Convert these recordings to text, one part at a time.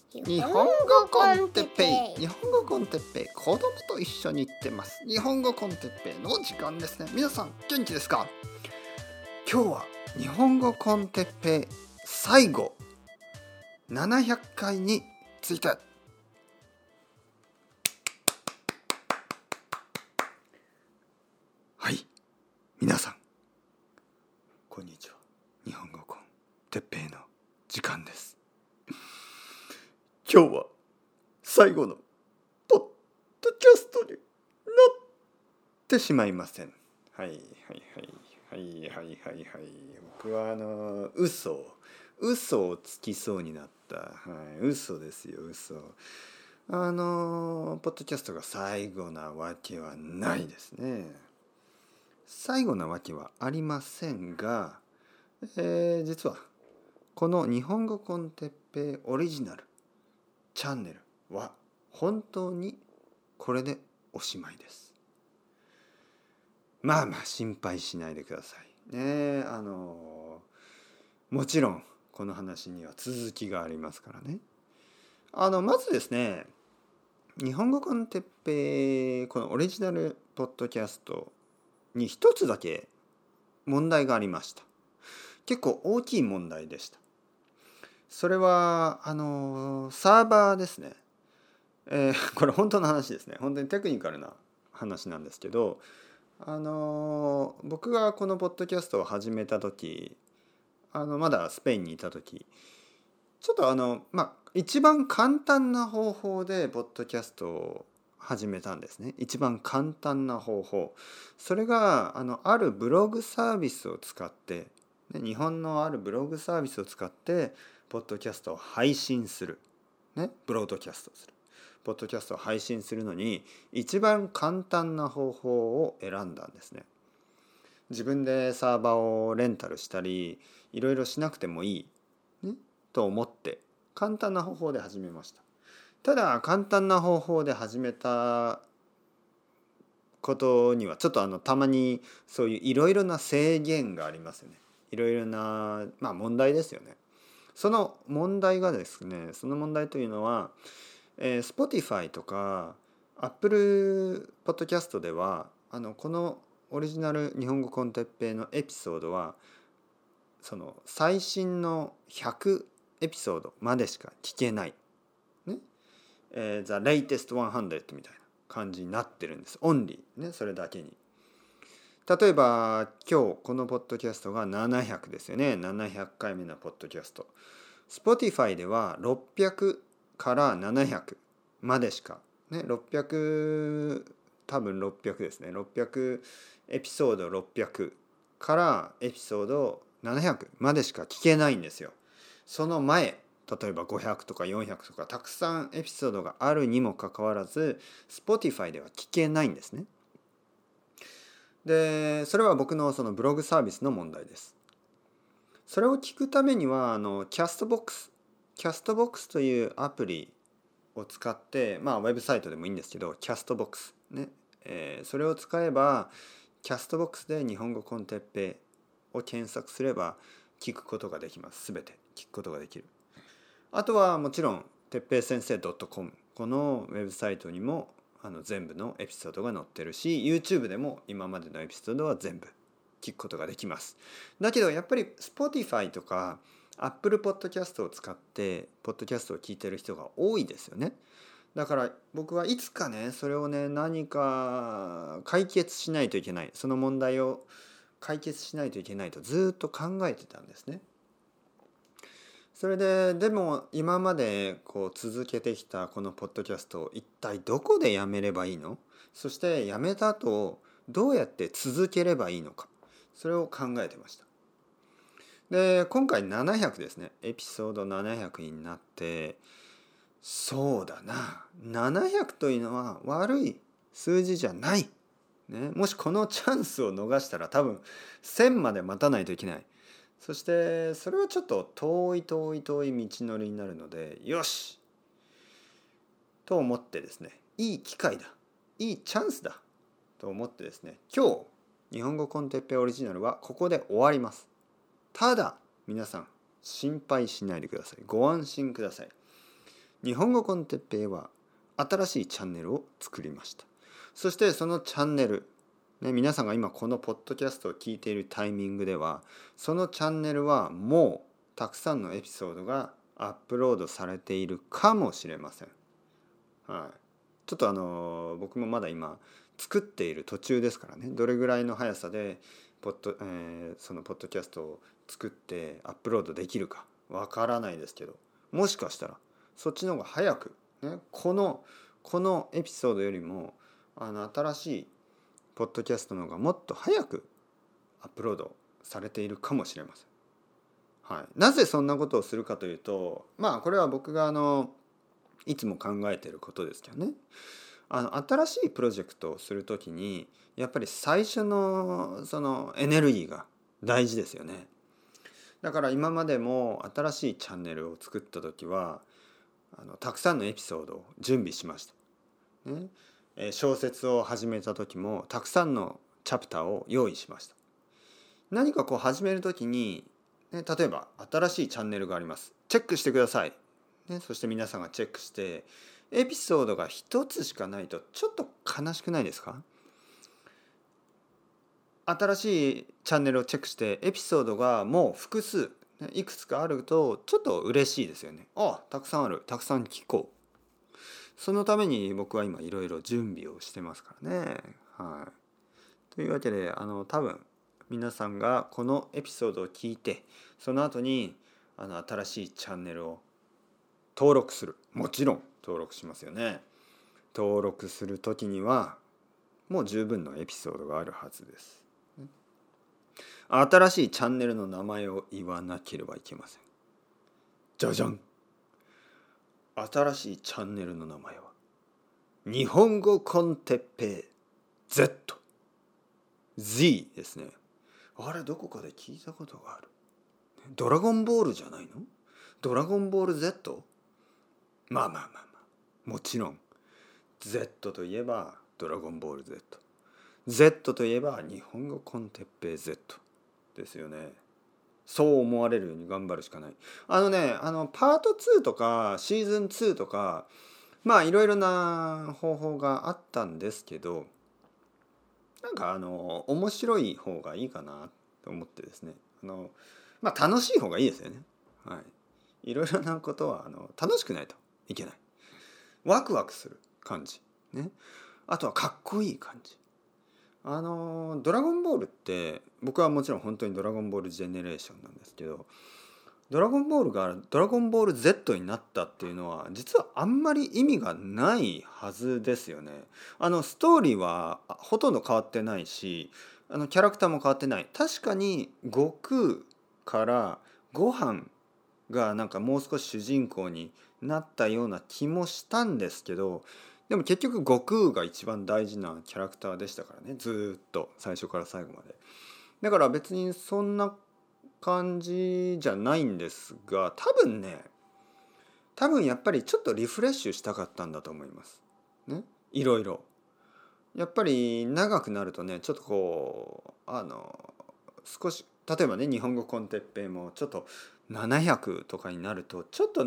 日本語コンテッペイ、日本語コンテッペイ、子供と一緒に行ってます。日本語コンテッペイの時間ですね。皆さん元気ですか？今日は日本語コンテッペイ最後700回について。はい、皆さんこんにちは。日本語コンテッペイの時間です。今日は最後のポッドキャストになってしまいません。はい僕は嘘をつきそうになった。嘘ですよ、嘘。ポッドキャストが最後なわけはないですね。最後なわけはありませんが、実はこの日本語コンテッペイオリジナルチャンネルは本当にこれでおしまいです。まあ心配しないでくださいね。もちろんこの話には続きがありますからね。まずですね、日本語コンテッペイこのオリジナルポッドキャストに一つだけ問題がありました。結構大きい問題でした。それはサーバーですね。これ本当の話ですね。本当にテクニカルな話なんですけど、僕がこのポッドキャストを始めた時、まだスペインにいた時、ちょっと一番簡単な方法でポッドキャストを始めたんですね。一番簡単な方法。それがあるブログサービスを使って、日本のあるブログサービスを使ってポッドキャストを配信する、ブロードキャストする、ポッドキャストを配信するのに一番簡単な方法を選んだんですね。自分でサーバーをレンタルしたりいろいろしなくてもいい、と思って簡単な方法で始めました。ただ簡単な方法で始めたことにはちょっとたまにそういういろいろな制限がありますよね。いろいろな問題ですよね。その問題がですね、その問題というのは、Spotify とか Apple Podcast ではこのオリジナル日本語コンテッペイのエピソードはその最新の100エピソードまでしか聞けない、The latest 100みたいな感じになってるんです。オンリー、それだけに。例えば今日このポッドキャストが700ですよね。700回目のポッドキャスト。Spotify では600から700までしか、600、多分600ですね。600エピソード600からエピソード700までしか聞けないんですよ。その前、例えば500とか400とかたくさんエピソードがあるにもかかわらず Spotify では聞けないんですね。で、それは僕のそのブログサービスの問題です。それを聞くためにはキャストボックスというアプリを使って、ウェブサイトでもいいんですけど、キャストボックスね、それを使えばキャストボックスで日本語コンテッペイを検索すれば聞くことができます。すべて聞くことができる。あとはもちろんてっぺい先生 .com このウェブサイトにも全部のエピソードが載ってるし、 YouTube でも今までのエピソードは全部聞くことができます。だけどやっぱり Spotify とか Apple Podcast を使ってポッドキャストを聞いてる人が多いですよね。だから僕はいつかそれを何か解決しないといけない、その問題を解決しないといけないとずっと考えてたんですね。それでも今まで続けてきたこのポッドキャストを一体どこでやめればいいの？そしてやめた後どうやって続ければいいのか、それを考えてました。で、今回700ですね。エピソード700になって、そうだな、700というのは悪い数字じゃない、もしこのチャンスを逃したら多分1000まで待たないといけない。そしてそれはちょっと遠い道のりになるので、よしと思ってですね、いい機会だ、いいチャンスだと思ってですね、今日日本語コンテッペイオリジナルはここで終わります。ただ皆さん心配しないでください。ご安心ください。 日本語コンテッペイは新しいチャンネルを作りました。そしてそのチャンネル、皆さんが今このポッドキャストを聞いているタイミングでは、そのチャンネルはもうたくさんのエピソードがアップロードされているかもしれません。ちょっと僕もまだ今作っている途中ですからね、どれぐらいの速さでそのポッドキャストを作ってアップロードできるかわからないですけど、もしかしたらそっちの方が早く、このエピソードよりも新しいポッドキャストの方がもっと早くアップロードされているかもしれません。なぜそんなことをするかというと、これは僕がいつも考えていることですけどね。新しいプロジェクトをするときにやっぱり最初のそのエネルギーが大事ですよね。だから今までも新しいチャンネルを作った時はたくさんのエピソードを準備しました、小説を始めた時もたくさんのチャプターを用意しました。何か始める時に、例えば新しいチャンネルがあります、チェックしてください、そして皆さんがチェックしてエピソードが一つしかないとちょっと悲しくないですか？新しいチャンネルをチェックしてエピソードがもう複数いくつかあるとちょっと嬉しいですよね。たくさんある、たくさん聞こう。そのために僕は今いろいろ準備をしてますからね。というわけで多分皆さんがこのエピソードを聞いてその後に新しいチャンネルを登録する、もちろん登録しますよね。登録する時にはもう十分のエピソードがあるはずです。新しいチャンネルの名前を言わなければいけません。じゃじゃん。新しいチャンネルの名前は日本語コンテッペイ Z ですね。あれどこかで聞いたことがある。ドラゴンボールじゃないの？ドラゴンボール Z？ まあもちろん Z といえばドラゴンボール Z といえば日本語コンテッペイ Zですよね。そう思われるように頑張るしかない。パート2とかシーズン2とかいろいろな方法があったんですけど、なんか面白い方がいいかなと思ってですね、楽しい方がいいですよね。いろいろなことは楽しくないといけない。ワクワクする感じね。あとはかっこいい感じ。ドラゴンボールって僕はもちろん本当にドラゴンボールジェネレーションなんですけど、ドラゴンボールがドラゴンボール Z になったっていうのは実はあんまり意味がないはずですよね。ストーリーはほとんど変わってないしキャラクターも変わってない。確かに悟空からご飯がなんかもう少し主人公になったような気もしたんですけど、でも結局悟空が一番大事なキャラクターでしたからね、ずっと最初から最後まで。だから別にそんな感じじゃないんですが、多分やっぱりちょっとリフレッシュしたかったんだと思いますね。いろいろやっぱり長くなるとね、ちょっと少し例えばね、日本語コンテッペイもちょっと700とかになるとちょっと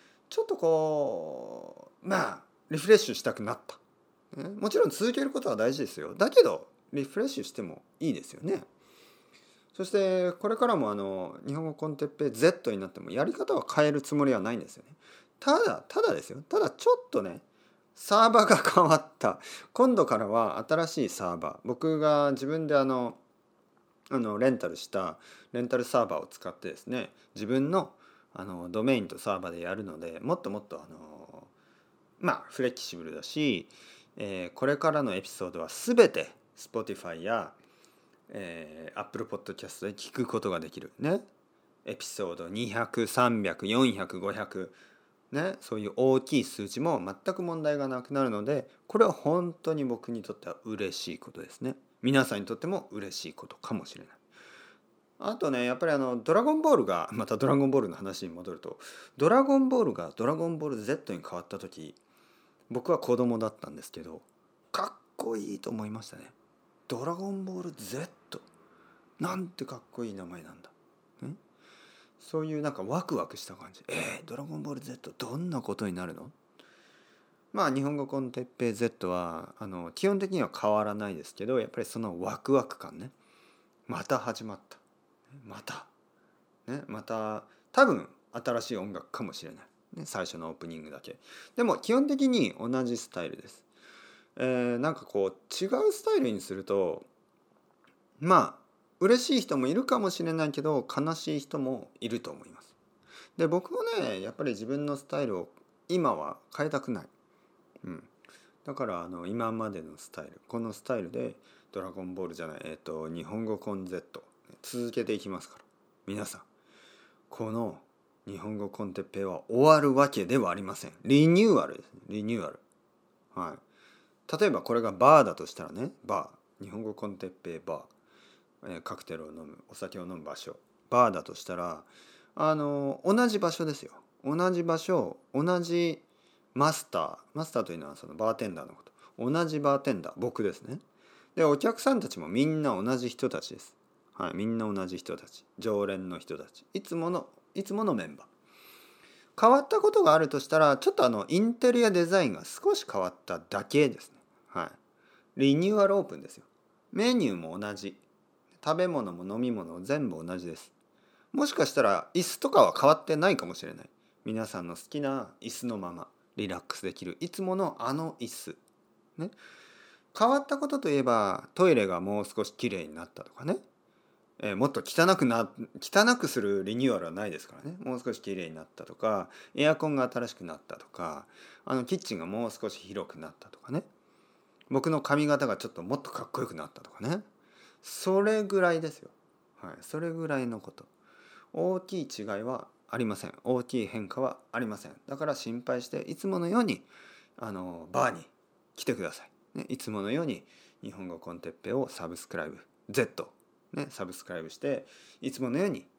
リフレッシュしたくなった、もちろん続けることは大事ですよ。だけどリフレッシュしてもいいですよね。そしてこれからも日本語コンテッペイ Z になってもやり方は変えるつもりはないんですよね。ただですよ。ただちょっとね、サーバーが変わった。今度からは新しいサーバー。僕が自分でレンタルしたレンタルサーバーを使ってですね、自分のドメインとサーバーでやるので、もっとフレキシブルだし、これからのエピソードは全て Spotify やApple Podcast で聞くことができるね。エピソード200、300、400、500ね、そういう大きい数字も全く問題がなくなるので、これは本当に僕にとっては嬉しいことですね。皆さんにとっても嬉しいことかもしれない。あとね、やっぱりドラゴンボールがまたドラゴンボールの話に戻ると、ドラゴンボールがドラゴンボール Z に変わった時、僕は子供だったんですけど、かっこいいと思いましたね。ドラゴンボール Z、 なんてかっこいい名前なんだ、 そういうなんかワクワクした感じ。ドラゴンボール Z どんなことになるの？まあ日本語コンテッペイ Z は基本的には変わらないですけど、やっぱりそのワクワク感ね。また始まった。また。ね、また多分新しい音楽かもしれない。ね、最初のオープニングだけ。でも基本的に同じスタイルです。なんかこう違うスタイルにすると、まあ嬉しい人もいるかもしれないけど悲しい人もいると思います。で僕もねやっぱり自分のスタイルを今は変えたくない。うん、だから今までのスタイル、このスタイルでドラゴンボールじゃない、日本語コン Z 続けていきますから、皆さんこの日本語コンテッペイは終わるわけではありません。リニューアルですね。リニューアル。はい。例えばこれがバーだとしたらね、バー。日本語コンテッペイバー。カクテルを飲む、お酒を飲む場所。バーだとしたら、同じ場所ですよ。同じ場所、同じマスター。マスターというのはそのバーテンダーのこと。同じバーテンダー、僕ですね。で、お客さんたちもみんな同じ人たちです。はい、みんな同じ人たち。常連の人たち。いつものメンバー。変わったことがあるとしたら、ちょっとインテリアデザインが少し変わっただけですね。はい。リニューアルオープンですよ。メニューも同じ。食べ物も飲み物も全部同じです。もしかしたら椅子とかは変わってないかもしれない。皆さんの好きな椅子のままリラックスできるいつもの椅子。ね。変わったことといえばトイレがもう少しきれいになったとかね。もっと汚くするリニューアルはないですからね。もう少しきれいになったとか、エアコンが新しくなったとか、キッチンがもう少し広くなったとかね。僕の髪型がちょっともっとかっこよくなったとかね。それぐらいですよ。はい、それぐらいのこと。大きい違いはありません。大きい変化はありません。だから心配していつものようにバーに来てください。ね、いつものように日本語コンテッペをサブスクライブ Z、ね、サブスクライブしていつものように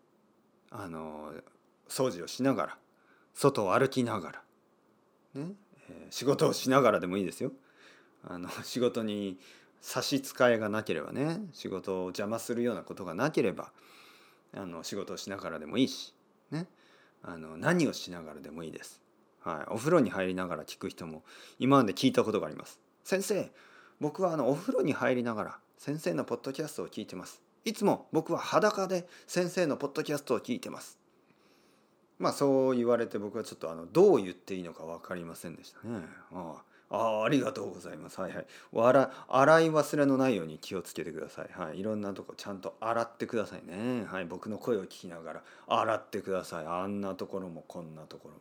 掃除をしながら外を歩きながら、ね仕事をしながらでもいいですよ。仕事に差し支えがなければね、仕事を邪魔するようなことがなければ仕事をしながらでもいいし、ね、何をしながらでもいいです。はい、お風呂に入りながら聞く人も今まで聞いたことがあります。先生、僕はお風呂に入りながら先生のポッドキャストを聞いてます。いつも僕は裸で先生のポッドキャストを聞いてます。まあそう言われて僕はちょっとどう言っていいのか分かりませんでしたね。ありがとうございます。はいはい。洗い忘れのないように気をつけてください。はい。いろんなとこちゃんと洗ってくださいね。はい。僕の声を聞きながら洗ってください。あんなところもこんなところも。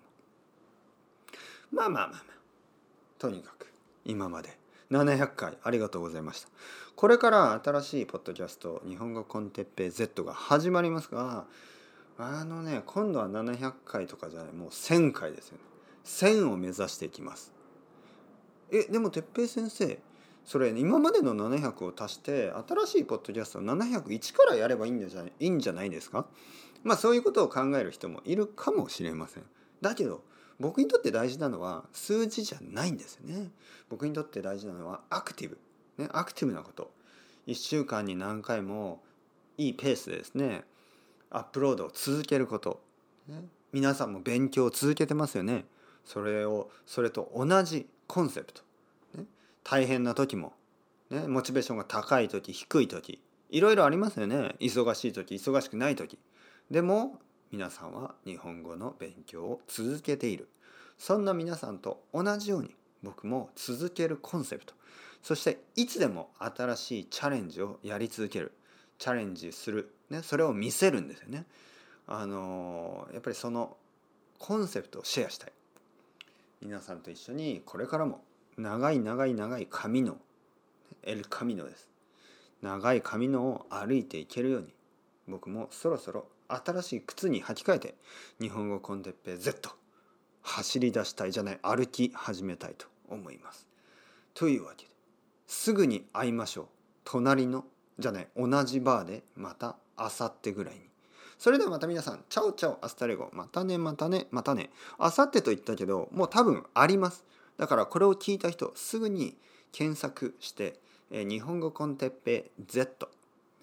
まあ。とにかく今まで700回ありがとうございました。これから新しいポッドキャスト日本語コンテッペイ Z が始まりますが、今度は700回とかじゃない、もう1000回ですよね。1000を目指していきます。でも哲平先生、それ今までの700を足して新しいポッドキャストを701からやればいいんじゃないですか。まあそういうことを考える人もいるかもしれません。だけど僕にとって大事なのは数字じゃないんですよね。僕にとって大事なのはアクティブ、ね、アクティブなこと。1週間に何回もいいペースでですねアップロードを続けること、ね、皆さんも勉強を続けてますよね。それと同じコンセプト、ね、大変な時も、ね、モチベーションが高い時低い時いろいろありますよね。忙しい時忙しくない時でも皆さんは日本語の勉強を続けている。そんな皆さんと同じように僕も続けるコンセプト、そしていつでも新しいチャレンジをやり続ける、チャレンジする、ね、それを見せるんですよね。やっぱりそのコンセプトをシェアしたい。皆さんと一緒にこれからも長い髪のエルカミノです。長い髪のを歩いていけるように僕もそろそろ新しい靴に履き替えて日本語コンテッペイ Z 走り出したいじゃない、歩き始めたいと思います。というわけですぐに会いましょう。隣のじゃない同じバーでまたあさってぐらいに。それではまた皆さん、チャオチャオアスタレゴ、またね。あさってと言ったけどもう多分あります。だからこれを聞いた人すぐに検索して、日本語コンテッペイ Z、ね、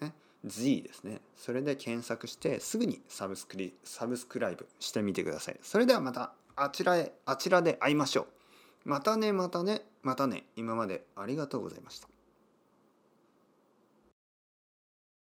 Z ですね。それで検索してすぐにサブスクライブしてみてください。それではまたあちらで会いましょう。またね。今までありがとうございました。